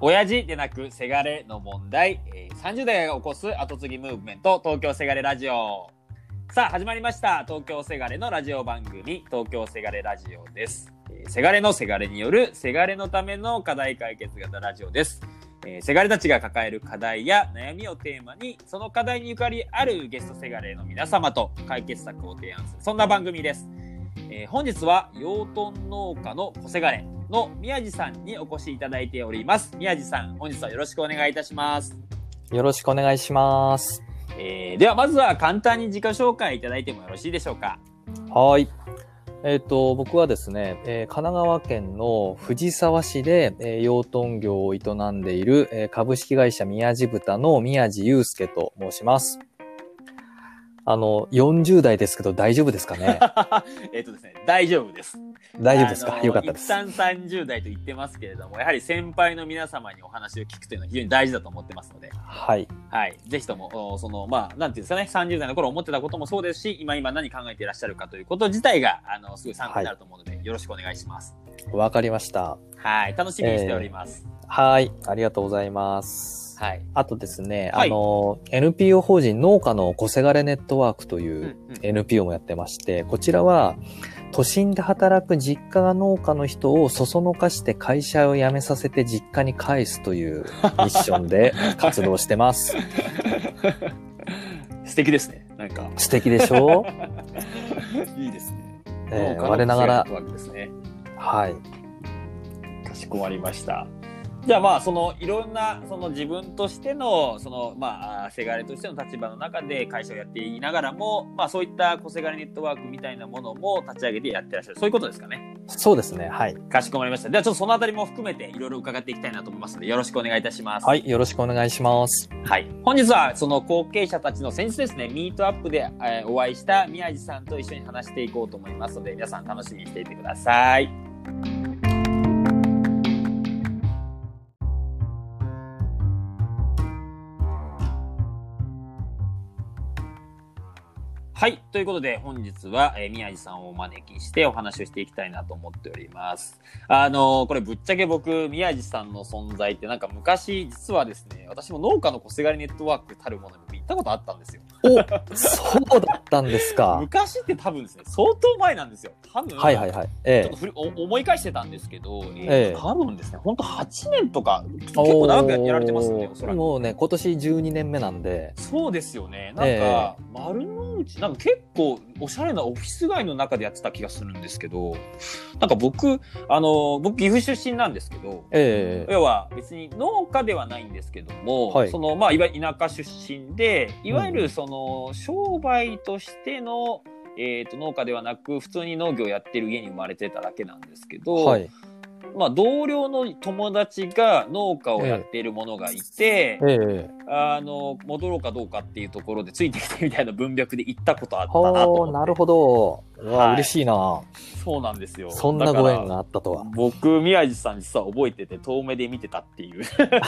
親父でなくせがれの問題、30代が起こす後継ぎムーブメント、東京せがれラジオ。さあ始まりました、東京せがれのラジオ番組、東京せがれラジオです。せがれのせがれによるせがれのための課題解決型ラジオです。せがれたちが抱える課題や悩みをテーマに、その課題にゆかりあるゲストせがれの皆様と解決策を提案する、そんな番組です。本日は養豚農家の小せがれの宮地さんにお越しいただいております。宮地さん、本日はよろしくお願いいたします。 よろしくお願いします。 ではまずは簡単に自己紹介いただいてもよろしいでしょうか。 はい。僕はですね、神奈川県の藤沢市で、養豚業を営んでいる、株式会社宮地豚の宮地祐介と申します。40代ですけど大丈夫ですかね？ ですね、大丈夫です。 大丈夫ですか？よかったです。 一旦30代と言ってますけれども、やはり先輩の皆様にお話を聞くというのは非常に大事だと思ってますので、 はい。 はい。ぜひとも、なんていうんですかね、30代の頃思ってたこともそうですし、今何考えていらっしゃるかということ自体が、すごい参考になると思うので、よろしくお願いします。 わかりました。 はい。楽しみにしております。 はい。ありがとうございます。 はい。 あとですね、 はい、 NPO 法人農家の小せがれネットワークという NPO もやってまして、こちらは都心で働く実家が農家の人をそそのかして会社を辞めさせて実家に返すというミッションで活動してます。 素敵ですね。なんか。 素敵でしょう？いいですね。 我ながら。 ですね。 はい。 かしこまりました。じゃあいろんな、自分としての、せがれとしての立場の中で会社をやっていながらも、そういった小せがれネットワークみたいなものも立ち上げてやってらっしゃる。そういうことですかね。 そうですね。はい。 かしこまりました。ではちょっとそのあたりも含めていろいろ伺っていきたいなと思いますので、よろしくお願いいたします。 はい。よろしくお願いします。 はい。本日はその後継者たちの先日ですね、ミートアップでお会いした宮地さんと一緒に話していこうと思いますので、皆さん楽しみにしていてください。はい。ということで、本日は、宮地さんをお招きしてお話をしていきたいなと思っております。これぶっちゃけ僕、宮地さんの存在って昔、実はですね、私も農家の小せがれネットワークたるものに行ったことあったんですよ。 お、そうだったんですか。 昔って多分ですね、相当前なんですよ。多分。 はいはいはい。 ちょっと思い返してたんですけど、多分ですね、ほんと8年とか、結構長くやられてますよね、おそらく。 もうね、今年12年目なんで。 そうですよね。丸の内、結構おしゃれなオフィス街の中でやってた気がするんですけど、僕、岐阜出身なんですけど、要は別に農家ではないんですけども、はい、いわゆる田舎出身で、いわゆる商売としての、農家ではなく、普通に農業をやってる家に生まれてただけなんですけど、はい、同僚の友達が農家をやっている者がいて、戻ろうかどうかっていうところでついてきてみたいな文脈で行ったことあったなと思って。 なるほど。はい、嬉しいな。 そうなんですよ。 そんなご縁があったとは。 僕、宮地さん実は覚えてて、遠目で見てたっていう。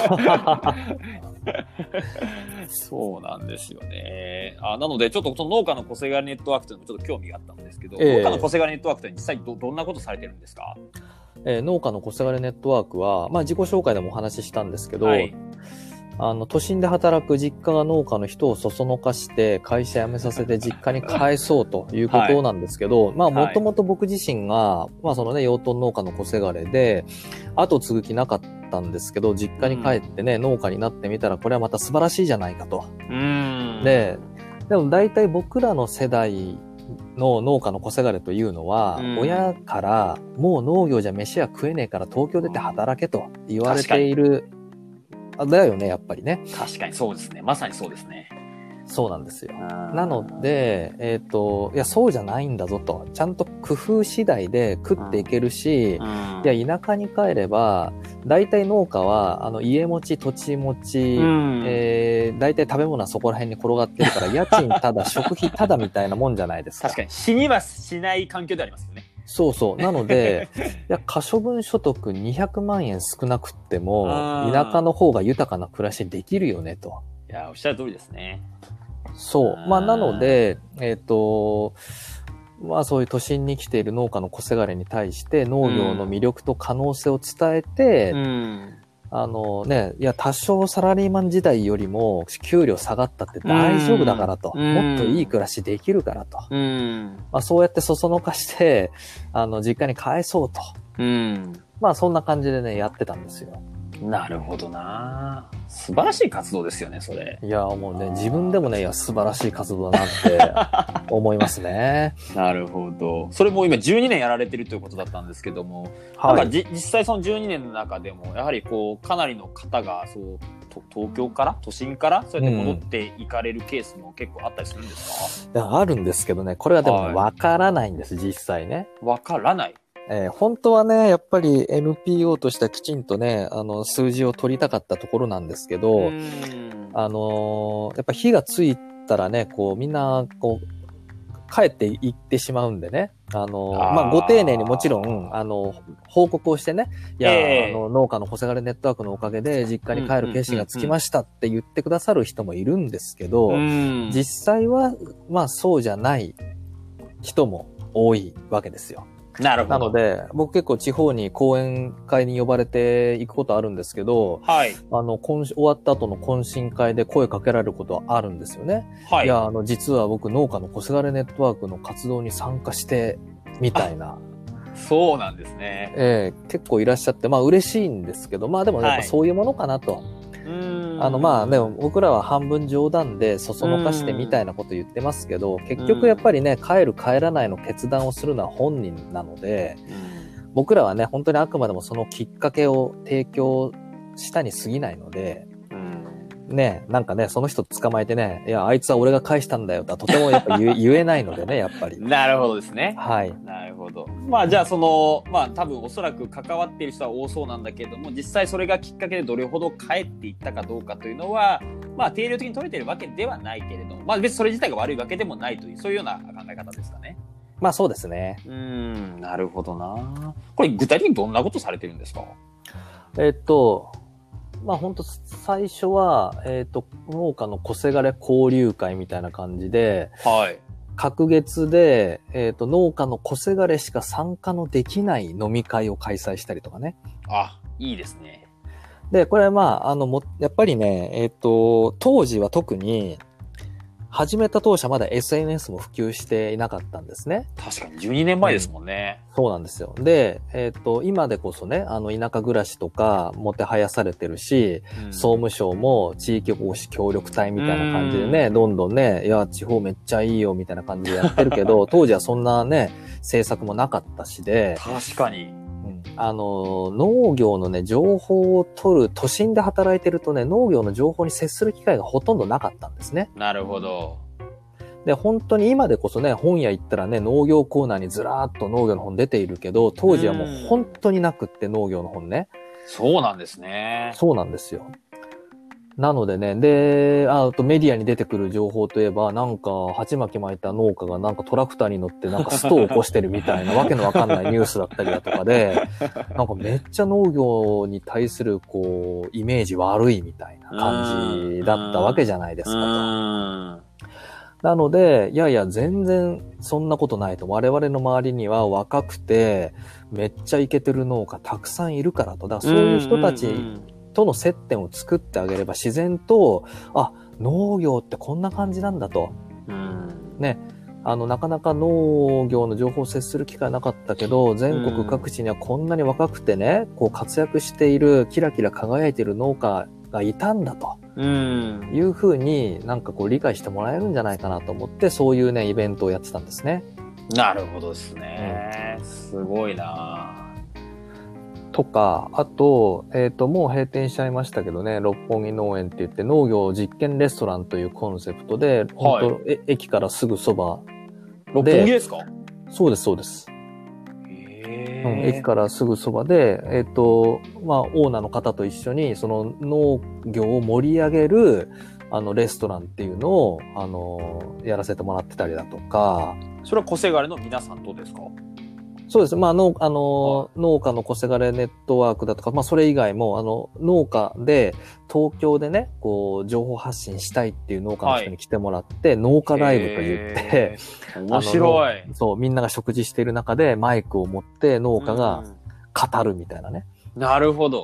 そうなんですよね。なので、ちょっとその農家の小せがれネットワークというのもちょっと興味があったんですけど、農家の小せがれネットワークというのは実際どんなことされてるんですか？ 農家の小せがれネットワークは、自己紹介でもお話ししたんですけど、はい、都心で働く実家が農家の人をそそのかして会社辞めさせて実家に返そうということなんですけど、もともと僕自身が、養豚農家の小せがれで、後継ぐ気なかったんですけど、実家に帰ってね、農家になってみたら、これはまた素晴らしいじゃないかと。でも大体僕らの世代の農家の小せがれというのは、親からもう農業じゃ飯は食えねえから東京出て働けと言われている。だよね、やっぱりね。 確かにそうですね。まさにそうですね。 そうなんですよ。なので、いや、そうじゃないんだぞと。ちゃんと工夫次第で食っていけるし、いや、田舎に帰れば、大体農家は、家持ち、土地持ち、大体食べ物はそこら辺に転がってるから、家賃ただ、食費ただみたいなもんじゃないですか。 確かに。死にはしない環境でありますよね。 そうそう。なので、いや、可処分所得200万円少なくっても、田舎の方が豊かな暮らしできるよね、と。 いや、おっしゃる通りですね。 そう。なので、そういう都心に来ている農家の小せがれに対して農業の魅力と可能性を伝えて、 いや、多少サラリーマン時代よりも給料下がったって大丈夫だからと。もっといい暮らしできるからと。まあそうやってそそのかして、実家に帰そうと。まあそんな感じでね、やってたんですよ。 なるほどな。素晴らしい活動ですよね、それ。 いや、もうね、自分でもね、いや、素晴らしい活動だなって思いますね。 なるほど。それも今12年やられてるということだったんですけども、はい、なんか実際その12年の中でも、やはりこう、かなりの方が、そう、東京から都心からそうやって戻っていかれるケースも結構あったりするんですか？いや、あるんですけどね、これはでもわからないんです、実際ね。 わからない。 本当はね、やっぱり NPO としてはきちんとね、数字を取りたかったところなんですけど、やっぱ火がついたらね、こう、みんな、こう、帰っていってしまうんでね、まあ、ご丁寧にもちろん、報告をしてね、いや、農家の小せがれネットワークのおかげで実家に帰る決心がつきましたって言ってくださる人もいるんですけど、実際は、まあ、そうじゃない人も多いわけですよ。 なるほど。 なので、僕結構地方に講演会に呼ばれて行くことあるんですけど、 はい。 終わった後の懇親会で声かけられることはあるんですよね。 はい。 いや、実は僕農家の小せがれネットワークの活動に参加して、みたいな。 そうなんですね。 結構いらっしゃって、まあ嬉しいんですけど、まあでもやっぱそういうものかなと。まあでも僕らは半分冗談でそそのかしてみたいなこと言ってますけど、結局やっぱりね、帰る帰らないの決断をするのは本人なので、僕らはね、本当にあくまでもそのきっかけを提供したに過ぎないので、ね、なんかね、その人捕まえてね、いや、あいつは俺が返したんだよとはとてもやっぱ言えないのでね、やっぱり。 なるほどですね。 はい。 なるほど。まあじゃあまあ多分おそらく関わっている人は多そうなんだけれども、実際それがきっかけでどれほど帰っていったかどうかというのは、まあ定量的に取れているわけではないけれども、まあ別にそれ自体が悪いわけでもないという、そういうような考え方ですかね。 まあそうですね。 なるほどな。これ具体的にどんなことされてるんですか？ まあ本当最初は、農家の小せがれ交流会みたいな感じで、 はい。 隔月で、農家の小せがれしか参加のできない飲み会を開催したりとかね。 あ、いいですね。 で、これはまあ、やっぱりね、当時は特に、始めた当初はまだ SNS も普及していなかったんですね。 確かに12年前ですもんね。 そうなんですよ。で、今でこそね、田舎暮らしとかもてはやされてるし、総務省も地域おこし協力隊みたいな感じでね、どんどんね、いや、地方めっちゃいいよみたいな感じでやってるけど、当時はそんなね、政策もなかったしで、 確かに。 農業のね、情報を取る、都心で働いてるとね、農業の情報に接する機会がほとんどなかったんですね。 なるほど。 で、本当に今でこそね、本屋行ったらね、農業コーナーにずらーっと農業の本出ているけど、当時はもう本当になくって農業の本ね。 そうなんですね。 そうなんですよ。なのでね、で、あとメディアに出てくる情報といえば、なんか、鉢巻き巻いた農家がなんかトラクターに乗ってなんかストを起こしてるみたいなわけのわかんないニュースだったりだとかで、なんかめっちゃ農業に対するこう、イメージ悪いみたいな感じだったわけじゃないですかと。なので、いやいや、全然そんなことないと。我々の周りには若くて、めっちゃイケてる農家たくさんいるからと。だからそういう人たちとの接点を作ってあげれば自然と、あ、農業ってこんな感じなんだと。ね。なかなか農業の情報を接する機会なかったけど、全国各地にはこんなに若くてね、こう活躍している、キラキラ輝いている農家がいたんだと。いうふうになんかこう理解してもらえるんじゃないかなと思って、そういうね、イベントをやってたんですね。 なるほどですね。すごいなとか、あと、もう閉店しちゃいましたけどね、六本木農園って言って農業実験レストランというコンセプトで、本当駅からすぐそばで。六本木ですか？ そうです、そうです。駅からすぐそばで、まあ、オーナーの方と一緒に、その農業を盛り上げる、レストランっていうのを、やらせてもらってたりだとか。 それは小せがれの皆さんとですか？ そうです。まあ、農家の小せがれネットワークだとか、まあ、それ以外も、農家で、東京でね、こう、情報発信したいっていう農家の人に来てもらって、農家ライブと言って、 面白い。 そう、みんなが食事している中でマイクを持って農家が語るみたいなね。 なるほど。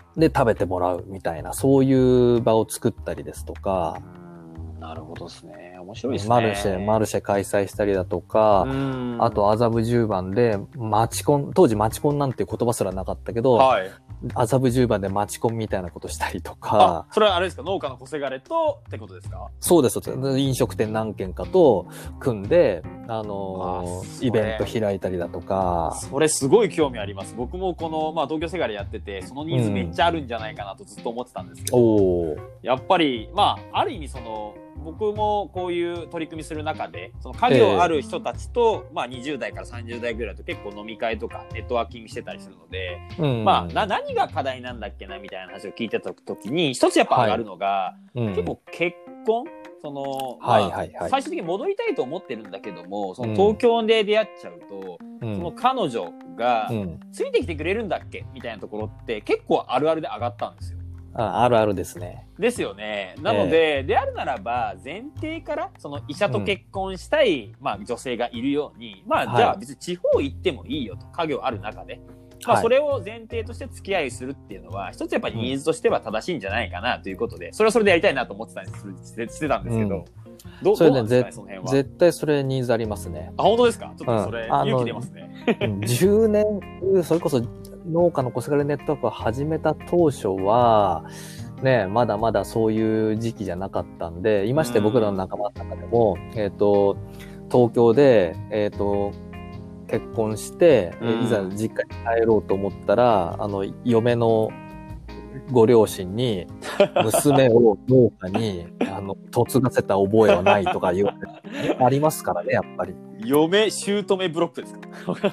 で食べてもらうみたいな、そういう場を作ったりですとか。 なるほどですね。面白いですね。 マルシェ開催したりだとか、あと麻布十番で当時マチコンなんていう言葉すらなかったけど、はい、麻布十番でマチコンみたいなことしたりとか。 それはあれですか、農家の小せがれとってことですか？ そうです、そうです。飲食店何軒かと組んで、イベント開いたりだとか。 それすごい興味あります。僕もこの、東京せがれやってて、そのニーズめっちゃあるんじゃないかなとずっと思ってたんですけど、やっぱり、ある意味僕もこういう取り組みする中で、その家業ある人たちと、20代から30代ぐらいと結構飲み会とかネットワーキングしてたりするので、何が課題なんだっけなみたいな話を聞いてた時に、一つやっぱ上がるのが、結構結婚最終的に戻りたいと思ってるんだけども、その東京で出会っちゃうと、その彼女がついてきてくれるんだっけみたいなところって結構あるあるで上がったんですよ。 あるあるですね。 ですよね。なので、であるならば、前提から、その医者と結婚したい、女性がいるように、じゃあ別に地方行ってもいいよと、家業ある中で。それを前提として付き合いするっていうのは、一つやっぱりニーズとしては正しいんじゃないかなということで、それはそれでやりたいなと思ってたんです、してたんですけど、どうなんですかね、その辺は。 絶対それニーズありますね。 本当ですか？ちょっとそれ、勇気出ますね。 10年、それこそ農家の小せがれネットワークを始めた当初は、ね、まだまだそういう時期じゃなかったんで、いまして僕らの仲間の中でも、東京で、結婚して、いざ実家に帰ろうと思ったら、嫁のご両親に、娘を農家に、嫁がせた覚えはないとか言われて、ありますからね、やっぱり。 嫁、姑ブロックですか？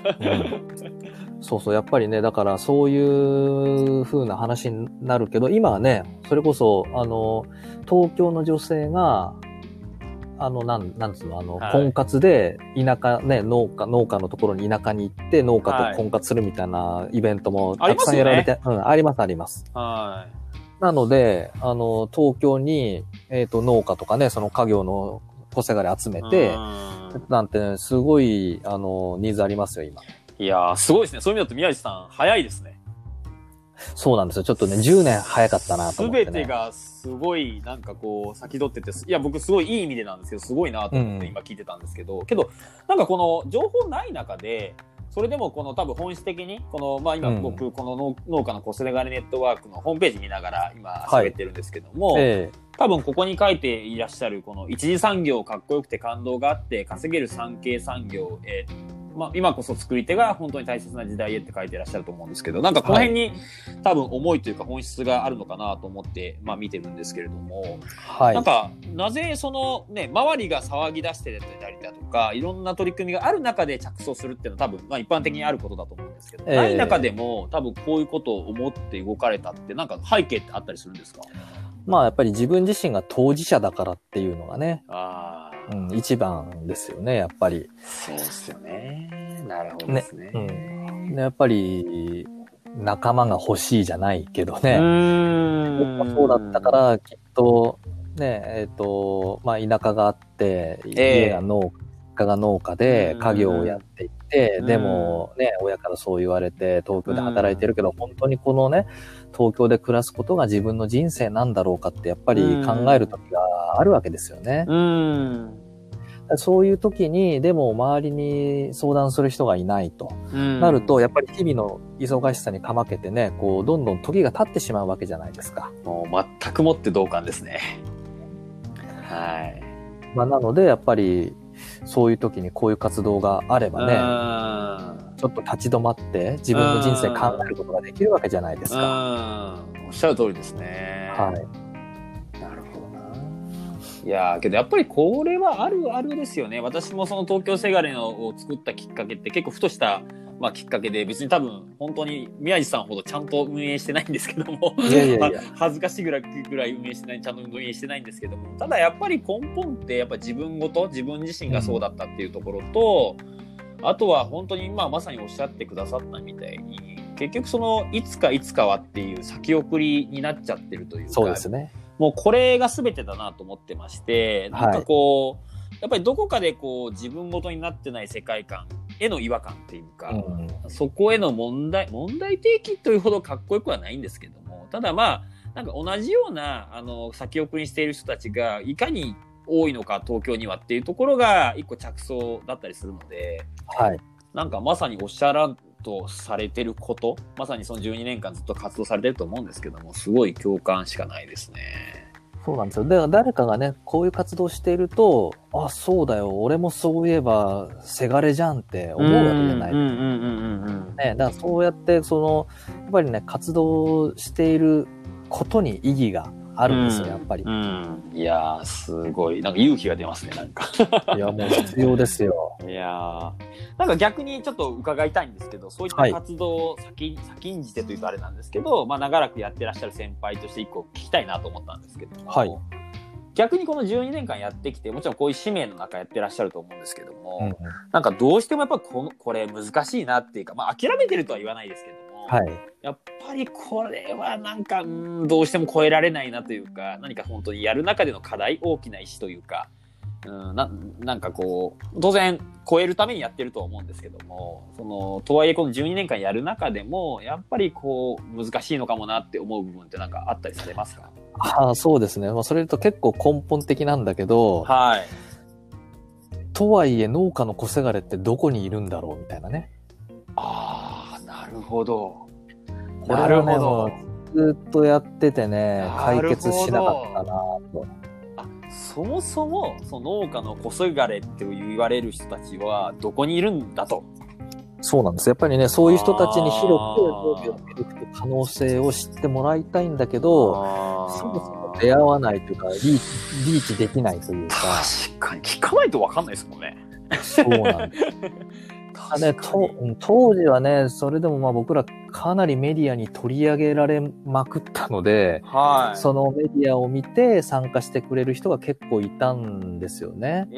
そうそう、やっぱりね、だからそういう風な話になるけど、今はね、それこそ、東京の女性が、なんつうの、婚活で、田舎ね、農家のところに田舎に行って、農家と婚活するみたいなイベントもたくさんやられて、あります、あります。なので、東京に、農家とかね、その家業の小せがれ集めて、なんて、ね、すごい、ニーズありますよ、今。 いやー、すごいですね。そういう意味だと宮地さん、早いですね。 そうなんですよ。ちょっとね、10年早かったなと思って、ね。 すべてがすごい、先取ってて、いや、僕すごいいい意味でなんですけど、すごいなと思って今聞いてたんですけど、けど、この情報ない中で、それでも多分本質的に、今僕、この農家の小せがれネットワークのホームページ見ながら今喋ってるんですけども、多分ここに書いていらっしゃる、この一次産業かっこよくて感動があって稼げる産経産業、今こそ作り手が本当に大切な時代へって書いていらっしゃると思うんですけど、この辺に多分思いというか本質があるのかなと思って、見てるんですけれども、なぜそのね、周りが騒ぎ出してたりだとか、いろんな取り組みがある中で着想するっていうのは多分、一般的にあることだと思うんですけど、ない中でも多分こういうことを思って動かれたって、背景ってあったりするんですか？ やっぱり自分自身が当事者だからっていうのがね。一番ですよね、やっぱり。 そうですよね。なるほどですね。 やっぱり、仲間が欲しいじゃないけどね。そうだったから、きっと、ね、田舎があって、家が農家で家業をやっていて、でもね、親からそう言われて東京で働いてるけど、本当にこのね、東京で暮らすことが自分の人生なんだろうかってやっぱり考える時があるわけですよね。そういう時に、でも周りに相談する人がいないとなると、やっぱり日々の忙しさにかまけてね、どんどん時が経ってしまうわけじゃないですか。 もう全くもって同感ですね。はい。 なので、やっぱり、そういう時にこういう活動があればね、ちょっと立ち止まって自分の人生考えることができるわけじゃないですか。 おっしゃる通りですね。 はい。 なるほどな。いやけどやっぱりこれはあるあるですよね。私もその東京せがれを作ったきっかけって結構ふとしたきっかけで、別に多分本当に宮地さんほどちゃんと運営してないんですけども、恥ずかしいぐらい運営してない、ちゃんと運営してないんですけども、ただやっぱり根本ってやっぱ自分自身がそうだったっていうところと、あとは本当にまさにおっしゃってくださったみたいに、結局そのいつかはっていう先送りになっちゃってるというか、 そうですね。 もうこれが全てだなと思ってまして、やっぱりどこかで自分ごとになってない世界観への違和感っていうか、そこへの問題提起というほどかっこよくはないんですけども、ただまあ、なんか同じような、先送りにしている人たちが、いかに多いのか、東京にはっていうところが、一個着想だったりするので、 はい。 なんかまさにおっしゃらんとされてること、まさにその12年間ずっと活動されてると思うんですけども、すごい共感しかないですね。 そうなんですよ。だから誰かがね、こういう活動していると、あ、そうだよ、俺もそういえば、せがれじゃんって思うわけじゃない。ね、だからそうやって、やっぱりね、活動していることに意義があるんですよ、やっぱり。 いやー、すごい。なんか勇気が出ますね、なんか。 いや、もう必要ですよ。 いやー。なんか逆にちょっと伺いたいんですけど、そういった活動を先んじてというとあれなんですけど、まあ長らくやってらっしゃる先輩として一個聞きたいなと思ったんですけども、はい。逆にこの12年間やってきて、もちろんこういう使命の中やってらっしゃると思うんですけども、なんかどうしてもやっぱこれ難しいなっていうか、まあ諦めてるとは言わないですけども、はい、やっぱりこれはなんか、どうしても超えられないなというか、何か本当にやる中での課題、大きな石というか、なんかこう、当然超えるためにやってるとは思うんですけども、とはいえこの12年間やる中でも、やっぱりこう、難しいのかもなって思う部分ってなんかあったりされますか？ そうですね。まあ、それと結構根本的なんだけど、はい。とはいえ農家の小せがれってどこにいるんだろうみたいなね。 なるほど。 これはね、もうずっとやっててね、解決しなかったなと。 そもそも、その農家の小せがれって言われる人たちはどこにいるんだと。 そうなんです。やっぱりね、そういう人たちに広く農業の魅力と可能性を知ってもらいたいんだけど、そもそも出会わないというか、リーチできないというか。 確かに、聞かないと分かんないですもんね。 そうなんです。当時はね、それでもまあ僕らかなりメディアに取り上げられまくったので、はい、そのメディアを見て参加してくれる人が結構いたんですよね。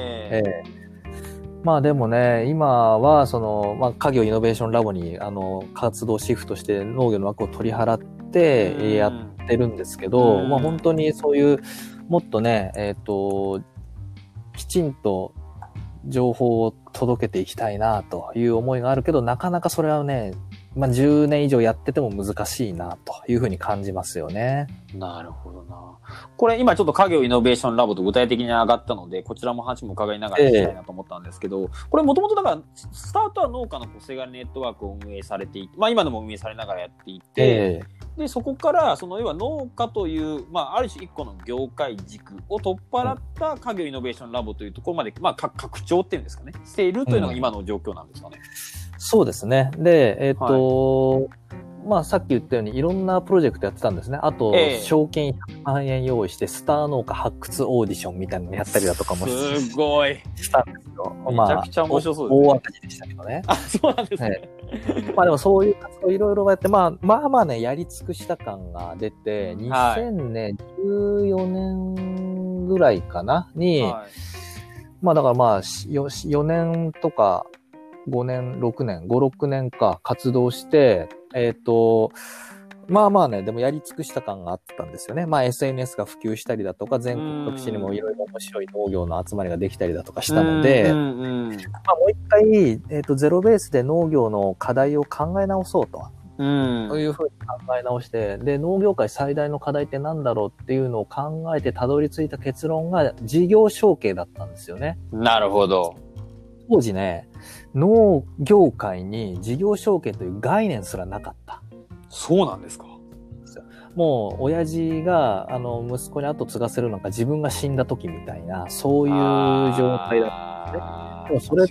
まあでもね、今は家業イノベーションラボに活動シフトして農業の枠を取り払ってやってるんですけど、まあ本当にそういうもっとね、きちんと情報を届けていきたいなという思いがあるけど、なかなかそれはね、まあ10年以上やってても難しいなというふうに感じますよね。 なるほどな。これ今ちょっと家業イノベーションラボと具体的に上がったので、こちらも話も伺いながら聞きたいなと思ったんですけど、これもともとだからスタートは農家の小せがれネットワークを運営されていて、まあ今でも運営されながらやっていて、でそこから要は農家という、まあある種一個の業界軸を取っ払った家業イノベーションラボというところまで、まあ拡張っていうんですかね、しているというのが今の状況なんですかね。 そうですね。で、まあさっき言ったようにいろんなプロジェクトやってたんですね。あと、賞金100万円用意してスター農家発掘オーディションみたいなのやったりだとかもすごいしたんですよ。 めちゃくちゃ面白そうですね。 大赤字でしたけどね。 そうなんですね。 まあでもそういう活動いろいろやって、まあね、やり尽くした感が出て、2014年ぐらいかなに、まあだからまあ4年とか5年、6年、5、6年か活動して、まあまあね、でもやり尽くした感があったんですよね。まあ SNS が普及したりだとか、全国各地にもいろいろ面白い農業の集まりができたりだとかしたので、まあもう一回、ゼロベースで農業の課題を考え直そうと。というふうに考え直して、で、農業界最大の課題って何だろうっていうのを考えてたどり着いた結論が事業承継だったんですよね。 なるほど。 当時ね、農業界に事業承継という概念すらなかった。 そうなんですか。 もう、親父が、息子に後継がせるのか自分が死んだ時みたいな、そういう状態だったんですね。でもそれって、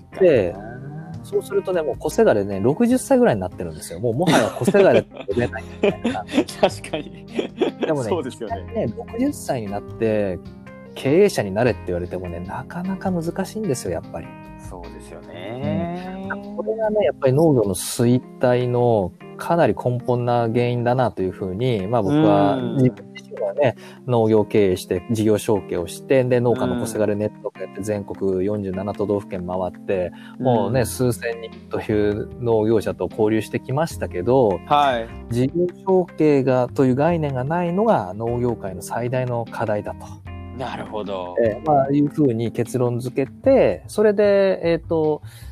そうするとね、もう小せがれね、60歳ぐらいになってるんですよ。もうや小せがれって呼べないみたいな。 確かに。 でもね、 そうですよね。 60歳になって経営者になれって言われてもね、なかなか難しいんですよ、やっぱり。 そうですよね。 これがね、やっぱり農業の衰退のかなり根本な原因だなというふうに、まあ僕は自分自身はね、農業経営して事業承継をして、で、農家の小せがれネットワークやって全国47都道府県回って、もうね、数千人という農業者と交流してきましたけど、はい、事業承継という概念がないのが農業界の最大の課題だと。 なるほど。 まあいうふうに結論付けて、それで、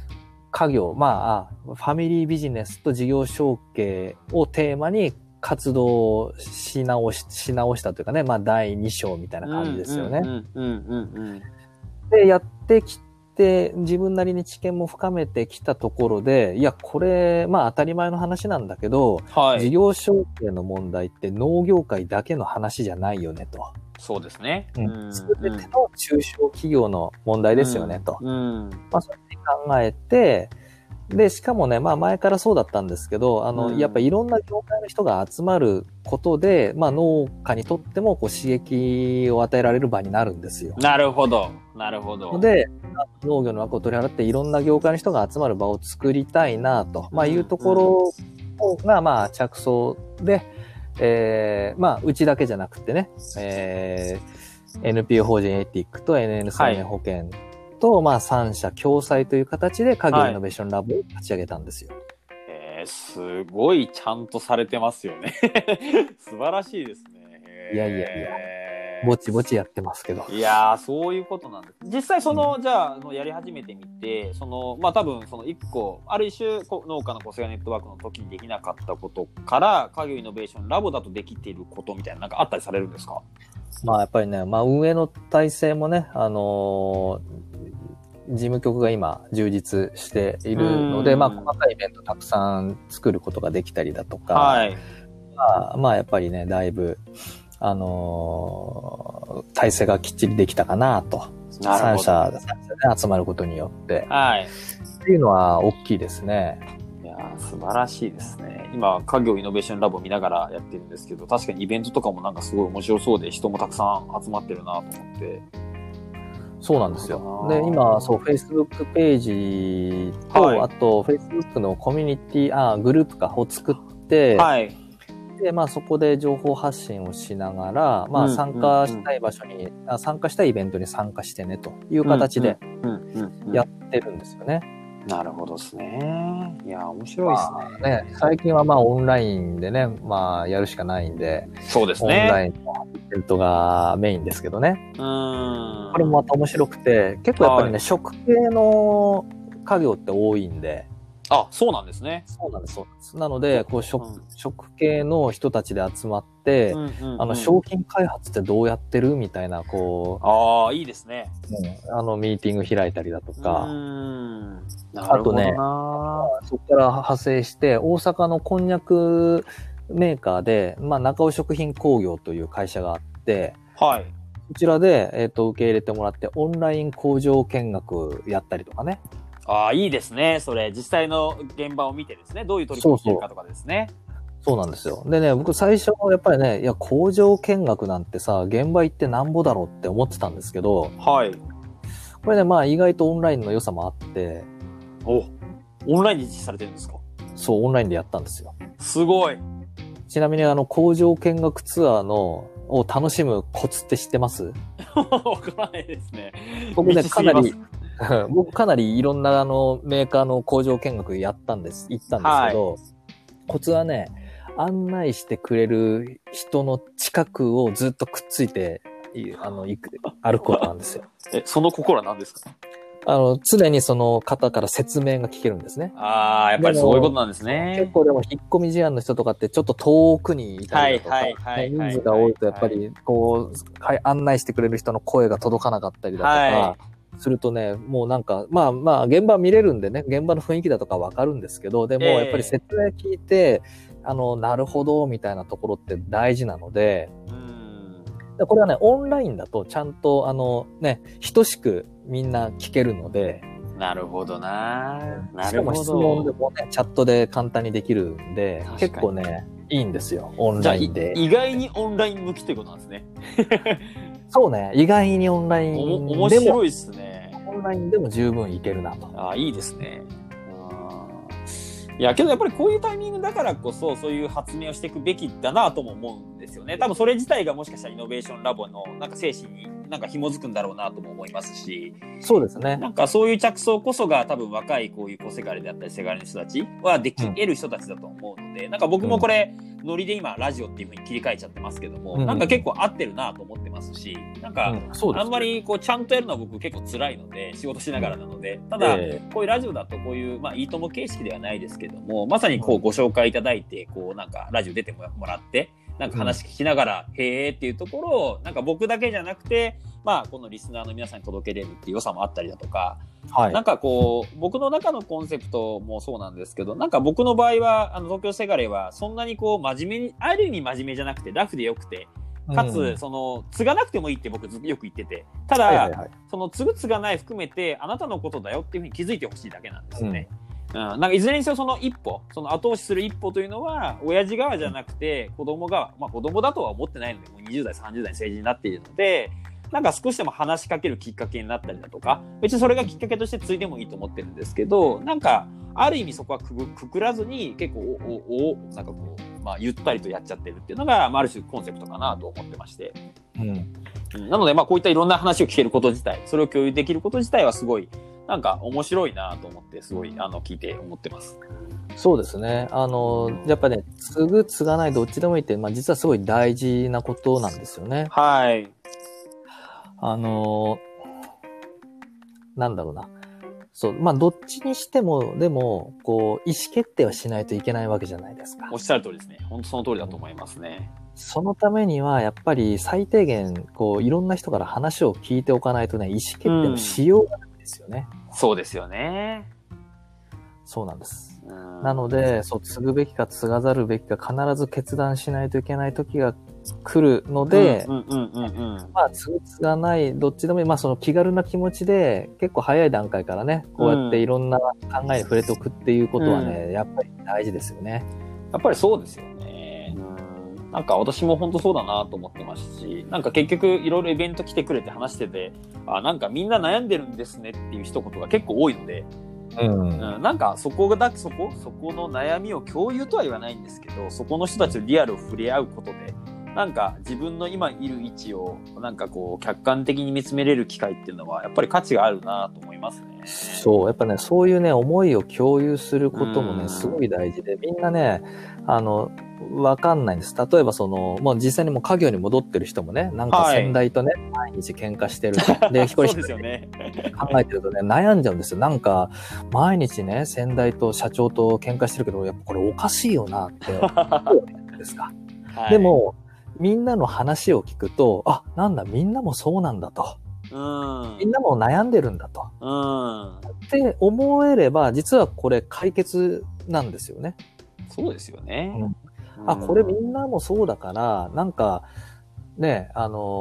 家業、まあ、ファミリービジネスと事業承継をテーマに活動し直したというかね、まあ、第2章みたいな感じですよね。で、やってきて、自分なりに知見も深めてきたところで、いや、これ、まあ、当たり前の話なんだけど、はい、事業承継の問題って農業界だけの話じゃないよね、と。 そうですね。 すべての中小企業の問題ですよね、と。まあ、そういうふうに考えて、で、しかもね、まあ前からそうだったんですけど、やっぱりいろんな業界の人が集まることで、まあ農家にとってもこう刺激を与えられる場になるんですよ。 なるほど。なるほど。 で、農業の枠を取り払っていろんな業界の人が集まる場を作りたいなと、まあいうところが、まあ着想で、まあうちだけじゃなくてね、NPO 法人エティックと NN 生命保険、と、まあ、3社共催という形で、家業イノベーションラボを立ち上げたんですよ。 すごいちゃんとされてますよね。素晴らしいですね。 いや。ぼちぼちやってますけど。 いやー、そういうことなんです。実際じゃあ、やり始めてみて、まあ多分、一個、ある一種、農家の個性ネットワークの時にできなかったことから、家業イノベーションラボだとできていることみたいな、なんかあったりされるんですか？ まあやっぱりね、まあ運営の体制もね、事務局が今充実しているので、まあ細かいイベントたくさん作ることができたりだとか、はい、まあやっぱりね、だいぶ、体制がきっちりできたかなと。3社で集まることによって。はい。っていうのは大きいですね。 いやー、素晴らしいですね。今、家業イノベーションラボ見ながらやってるんですけど、確かにイベントとかもなんかすごい面白そうで、人もたくさん集まってるなと思って。 そうなんですよ。で、今、そう、Facebook ページと、はい、あと、Facebook のコミュニティ、グループを作って、はい。で、まあ、そこで情報発信をしながら、まあ、参加したい場所に、参加したいイベントに参加してね、という形で、やってるんですよね。 なるほどですね。いや、面白いですね。 まあ、ね、最近はまあ、オンラインでね、まあ、やるしかないんで、 そうですね。 オンラインのイベントがメインですけどね。これもまた面白くて、結構やっぱりね、はい、食系の家業って多いんで。 あ、そうなんですね。 そうなんです。なので、こう食系の人たちで集まって、商品開発ってどうやってるみたいな、こう。 ああ、いいですね。 ミーティング開いたりだとか。あとね、そこから派生して、大阪のこんにゃくメーカーで、まあ、中尾食品工業という会社があって、はい。こちらで、受け入れてもらって、オンライン工場見学やったりとかね。 ああ、いいですね。それ、実際の現場を見てですね、どういう取り組みしてるかとかですね。 そうなんですよ。でね、僕最初、やっぱりね、いや、工場見学なんてさ、現場行ってなんぼだろうって思ってたんですけど、はい。これね、まあ意外とオンラインの良さもあって、 オンラインで実施されてるんですか？ そう、オンラインでやったんですよ。 すごい。 ちなみに工場見学ツアーを楽しむコツって知ってます？ わからないですね。 僕ね、僕かなりいろんなメーカーの工場見学行ったんですけど、はい、コツはね、案内してくれる人の近くをずっとくっついて、歩くことなんですよ。 その心は何ですか？ 常にその方から説明が聞けるんですね。 ああ、やっぱりそういうことなんですね。 結構でも引っ込み思案の人とかってちょっと遠くにいたりだとか、人数が多いとやっぱりこう、案内してくれる人の声が届かなかったりだとか、はい、するとね、もうなんか、まあ、現場見れるんでね、現場の雰囲気だとかわかるんですけど、でもやっぱり説明聞いて、なるほど、みたいなところって大事なので、これはね、オンラインだとちゃんと等しくみんな聞けるので。 なるほどな。 しかも質問でもね、チャットで簡単にできるんで、結構ね、いいんですよ、オンラインで。 意外にオンライン向きということなんですね。そうね、 意外にオンラインでも。 面白いですね。 オンラインでも十分いけるなと。 ああ、いいですね。いや、けどやっぱりこういうタイミングだからこそ、そういう発明をしていくべきだなとも思うんですよね。多分それ自体がもしかしたらイノベーションラボのなんか精神になんか紐づくんだろうなとも思いますし。 そうですね。 なんかそういう着想こそが多分若いこういう小せがれであったりせがれの人たちはでき得る人たちだと思うので、なんか僕もこれ、ノリで今ラジオっていう風に切り替えちゃってますけども、なんか結構合ってるなと思ってますし、なんか、あんまりこうちゃんとやるのは僕結構辛いので、仕事しながらなので、ただ、こういうラジオだとこういう、まあいいとも形式ではないですけども、まさにこうご紹介いただいて、こうなんかラジオ出てもらって、なんか話聞きながら、へーっていうところを、なんか僕だけじゃなくて、まあこのリスナーの皆さんに届けれるっていう良さもあったりだとか、なんかこう、僕の中のコンセプトもそうなんですけど、なんか僕の場合は、東京せがれはそんなにこう真面目に、ある意味真面目じゃなくてラフでよくて、かつ、継がなくてもいいって僕よく言ってて、ただ、継がない含めて、あなたのことだよっていうふうに気づいてほしいだけなんですよね。なんかいずれにせよその一歩、その後押しする一歩というのは、親父側じゃなくて、子供側、まあ子供だとは思ってないので、もう20代、30代に成人になっているので、なんか少しでも話しかけるきっかけになったりだとか、別にそれがきっかけとして継いでもいいと思ってるんですけど、なんか、ある意味そこはくくらずに、結構、なんかこう、まあ、ゆったりとやっちゃってるっていうのが、まあ、ある種コンセプトかなと思ってまして。なので、まあ、こういったいろんな話を聞けること自体、それを共有できること自体はすごい、なんか面白いなと思って、すごい、聞いて思ってます。 そうですね。やっぱね、継がないどっちでもいいって、まあ、実はすごい大事なことなんですよね。 はい。 なんだろうな。そう。まあ、どっちにしても、でも、こう、意思決定はしないといけないわけじゃないですか。 おっしゃる通りですね。本当その通りだと思いますね。 そのためには、やっぱり最低限、こう、いろんな人から話を聞いておかないとね、意思決定のしようがないんですよね。 そうですよね。 そうなんです。なので、継ぐべきか継がざるべきか必ず決断しないといけない時が来るので、まあ、継がない、どっちでもいい、まあ、その気軽な気持ちで、結構早い段階からね、こうやっていろんな考えに触れておくっていうことはね、やっぱり大事ですよね。 やっぱりそうですよね。なんか私も本当そうだなと思ってますし、なんか結局いろいろイベント来てくれて話してて、なんかみんな悩んでるんですねっていう一言が結構多いので、なんかそこの悩みを共有とは言わないんですけど、そこの人たちとリアルを触れ合うことで、なんか自分の今いる位置をなんかこう客観的に見つめれる機会っていうのはやっぱり価値があるなと思いますね。 そう、やっぱね、そういうね、思いを共有することもね、すごい大事で、みんなね、わかんないんです。例えばもう実際にもう家業に戻ってる人もね、なんか先代とね、毎日喧嘩してる。で、これ一人で考えてるとね、悩んじゃうんですよ。なんか、毎日ね、先代と社長と喧嘩してるけど、やっぱこれおかしいよなって思うじゃないですか。でも、みんなの話を聞くと、なんだ、みんなもそうなんだと。みんなも悩んでるんだと。って思えれば、実はこれ解決なんですよね。 そうですよね。 これみんなもそうだから、なんか、ね、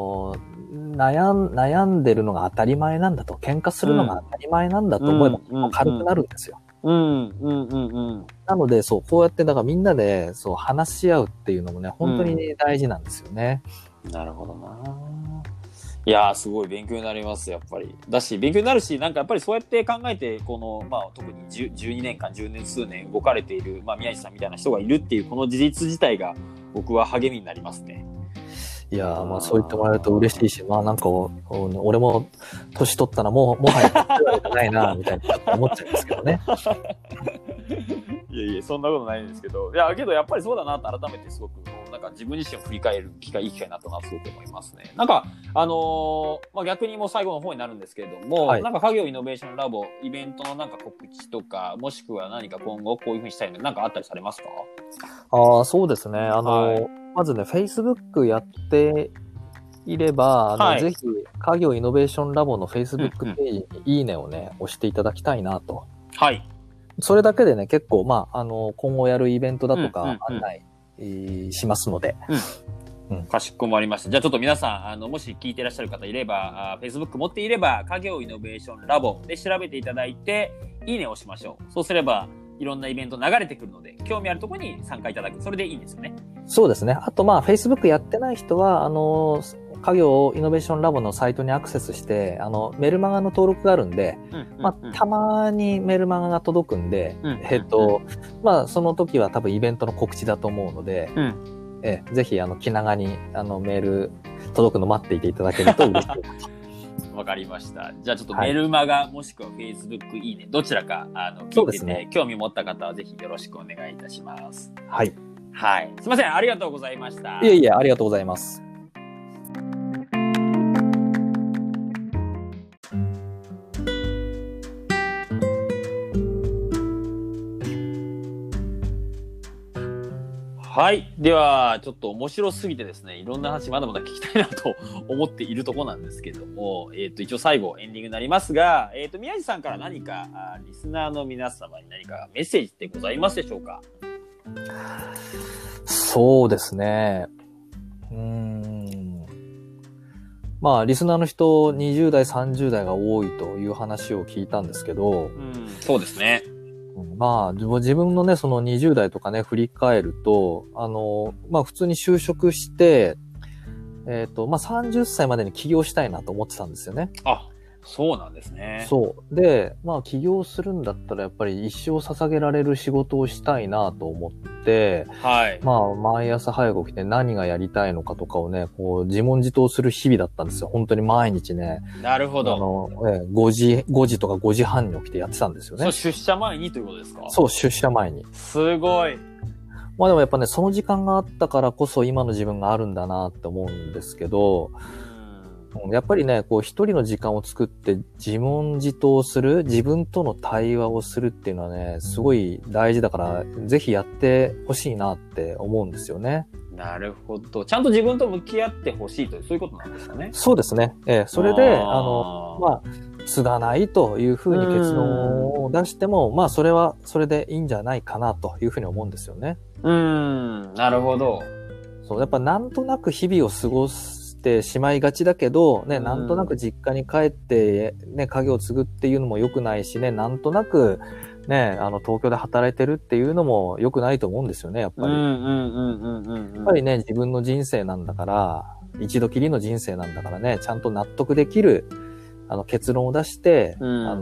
悩んでるのが当たり前なんだと。喧嘩するのが当たり前なんだと思えば、軽くなるんですよ。なので、こうやって、だからみんなで、話し合うっていうのもね、本当にね、大事なんですよね。 なるほどな。いやー、すごい勉強になります、やっぱり。だし、勉強になるし、なんかやっぱりそうやって考えて、まあ、特に12年間、10年数年動かれている、まあ、宮地さんみたいな人がいるっていう、この事実自体が、僕は励みになりますね。 いやー、まあ、そう言ってもらえると嬉しいし、まあ、なんか、俺も、年取ったらもはや、ないな、みたいな、思っちゃうんですけどね。 いや、そんなことないんですけど。いや、けどやっぱりそうだなと改めてすごく、なんか自分自身を振り返るいい機会になったなとすごく思いますね。なんか、まあ、逆にもう最後の方になるんですけれども、なんか家業イノベーションラボ、イベントのなんか告知とか、もしくは何か今後こういうふうにしたいのなんかあったりされますか？ そうですね。まずね、Facebook やっていれば、ぜひ、家業イノベーションラボの Facebook ページにいいねをね、押していただきたいなと。 はい。 それだけでね、結構、まあ、今後やるイベントだとか案内、しますので。 かしこまりました。じゃあちょっと皆さん、もし聞いていらっしゃる方いれば、Facebook 持っていれば、家業イノベーションラボで調べていただいて、いいねを押しましょう。そうすれば、いろんなイベント流れてくるので、興味あるところに参加いただく。それでいいんですよね。 そうですね。あと、まあ、Facebook やってない人は、家業イノベーションラボのサイトにアクセスして、メルマガの登録があるんで、まあ、たまにメルマガが届くんで、まあ、その時は多分イベントの告知だと思うので、ぜひ、気長に、メール届くの待っていていただけると嬉しい。 わかりました。じゃあちょっとメルマガ、もしくは Facebook いいね、どちらか、聞いてて、ね、興味持った方はぜひよろしくお願いいたします。 はい。 はい。すいません。ありがとうございました。 いえいえ、ありがとうございます。 はい。では、ちょっと面白すぎてですね、いろんな話まだまだ聞きたいなと思っているところなんですけども、一応最後エンディングになりますが、宮地さんから何かリスナーの皆様に何かメッセージってございますでしょうか？ そうですね。まあ、リスナーの人、20代、30代が多いという話を聞いたんですけど、 そうですね。 まあ、自分のね、その20代とかね、振り返ると、まあ普通に就職して、まあ30歳までに起業したいなと思ってたんですよね。 あ、そうなんですね。 そう。で、まあ起業するんだったらやっぱり一生捧げられる仕事をしたいなと思って、 はい。 まあ毎朝早く起きて何がやりたいのかとかをね、こう自問自答する日々だったんですよ。本当に毎日ね。 なるほど。 5時とか5時半に起きてやってたんですよね。 そう、出社前にということですか？ そう、出社前に。 すごい。 まあでもやっぱね、その時間があったからこそ今の自分があるんだなって思うんですけど、やっぱりね、こう一人の時間を作って自問自答する、自分との対話をするっていうのはね、すごい大事だから、ぜひやってほしいなって思うんですよね。 なるほど。ちゃんと自分と向き合ってほしいという、そういうことなんですかね。 そうですね。それで、まあ、継がないというふうに結論を出しても、まあ、それはそれでいいんじゃないかなというふうに思うんですよね。 なるほど。 そう、やっぱなんとなく日々を過ごしてしまいがちだけど、ね、なんとなく実家に帰って、ね、家業を継ぐっていうのも良くないしね、なんとなく、ね、東京で働いてるっていうのも良くないと思うんですよね、やっぱり。やっぱりね、自分の人生なんだから、一度きりの人生なんだからね、ちゃんと納得できる、結論を出して、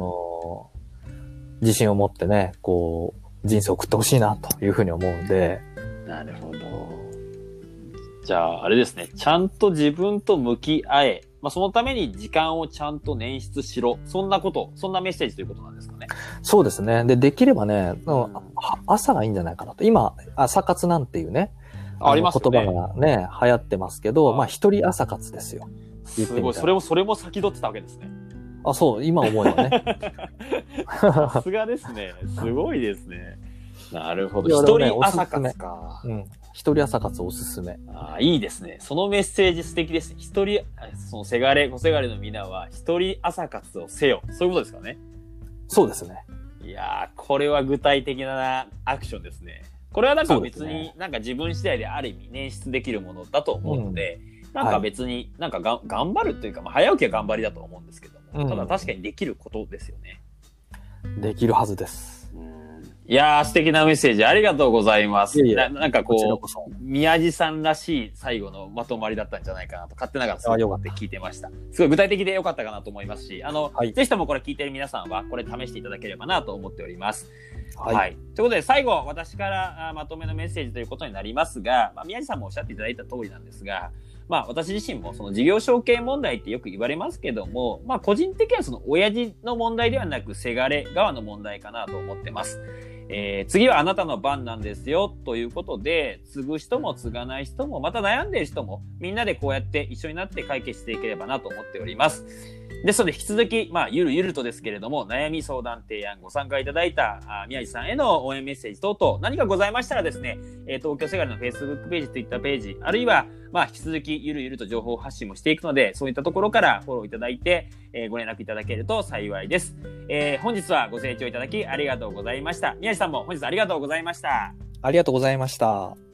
自信を持ってね、こう、人生を送ってほしいな、というふうに思うんで。 なるほど。じゃあ、あれですね。ちゃんと自分と向き合え。まあ、そのために時間をちゃんと捻出しろ。そんなメッセージということなんですかね。 そうですね。できればね、朝がいいんじゃないかなと。今、朝活なんていうね、 ありますよね。 言葉がね、流行ってますけど、まあ、一人朝活ですよ。 すごい。それも先取ってたわけですね。 あ、そう、今思えばね。 さすがですね。すごいですね。なるほど。一人朝活か。 一人朝活おすすめ。 いいですね。そのメッセージ素敵ですね。その小せがれの皆は、一人朝活をせよ。そういうことですかね。 そうですね。 いやー、これは具体的なアクションですね。これはなんか別に、なんか自分次第である意味捻出できるものだと思うので、なんか別になんか頑張るというか、まあ、早起きは頑張りだと思うんですけども、ただ確かにできることですよね。 できるはずです。 いやー、素敵なメッセージありがとうございます。なんかこう、宮地さんらしい最後のまとまりだったんじゃないかなと、勝手ながらそう思って聞いてました。すごい具体的で良かったかなと思いますし、ぜひともこれ聞いている皆さんは、これ試していただければなと思っております。はい。ということで、最後、私からまとめのメッセージということになりますが、宮地さんもおっしゃっていただいた通りなんですが、まあ私自身もその事業承継問題ってよく言われますけども、まあ個人的にはその親父の問題ではなくせがれ側の問題かなと思ってます。次はあなたの番なんですよということで、継ぐ人も継がない人も、また悩んでいる人も、みんなでこうやって一緒になって解決していければなと思っております。ですので引き続き、まあ、ゆるゆるとですけれども、悩み相談提案ご参加いただいた宮地さんへの応援メッセージ等々何かございましたらですね、東京せがれの Facebook ページ、Twitter ページ、あるいは、まあ、引き続きゆるゆると情報発信もしていくので、そういったところからフォローいただいて、ご連絡いただけると幸いです。本日はご清聴いただきありがとうございました。宮地さんも本日ありがとうございました。 ありがとうございました。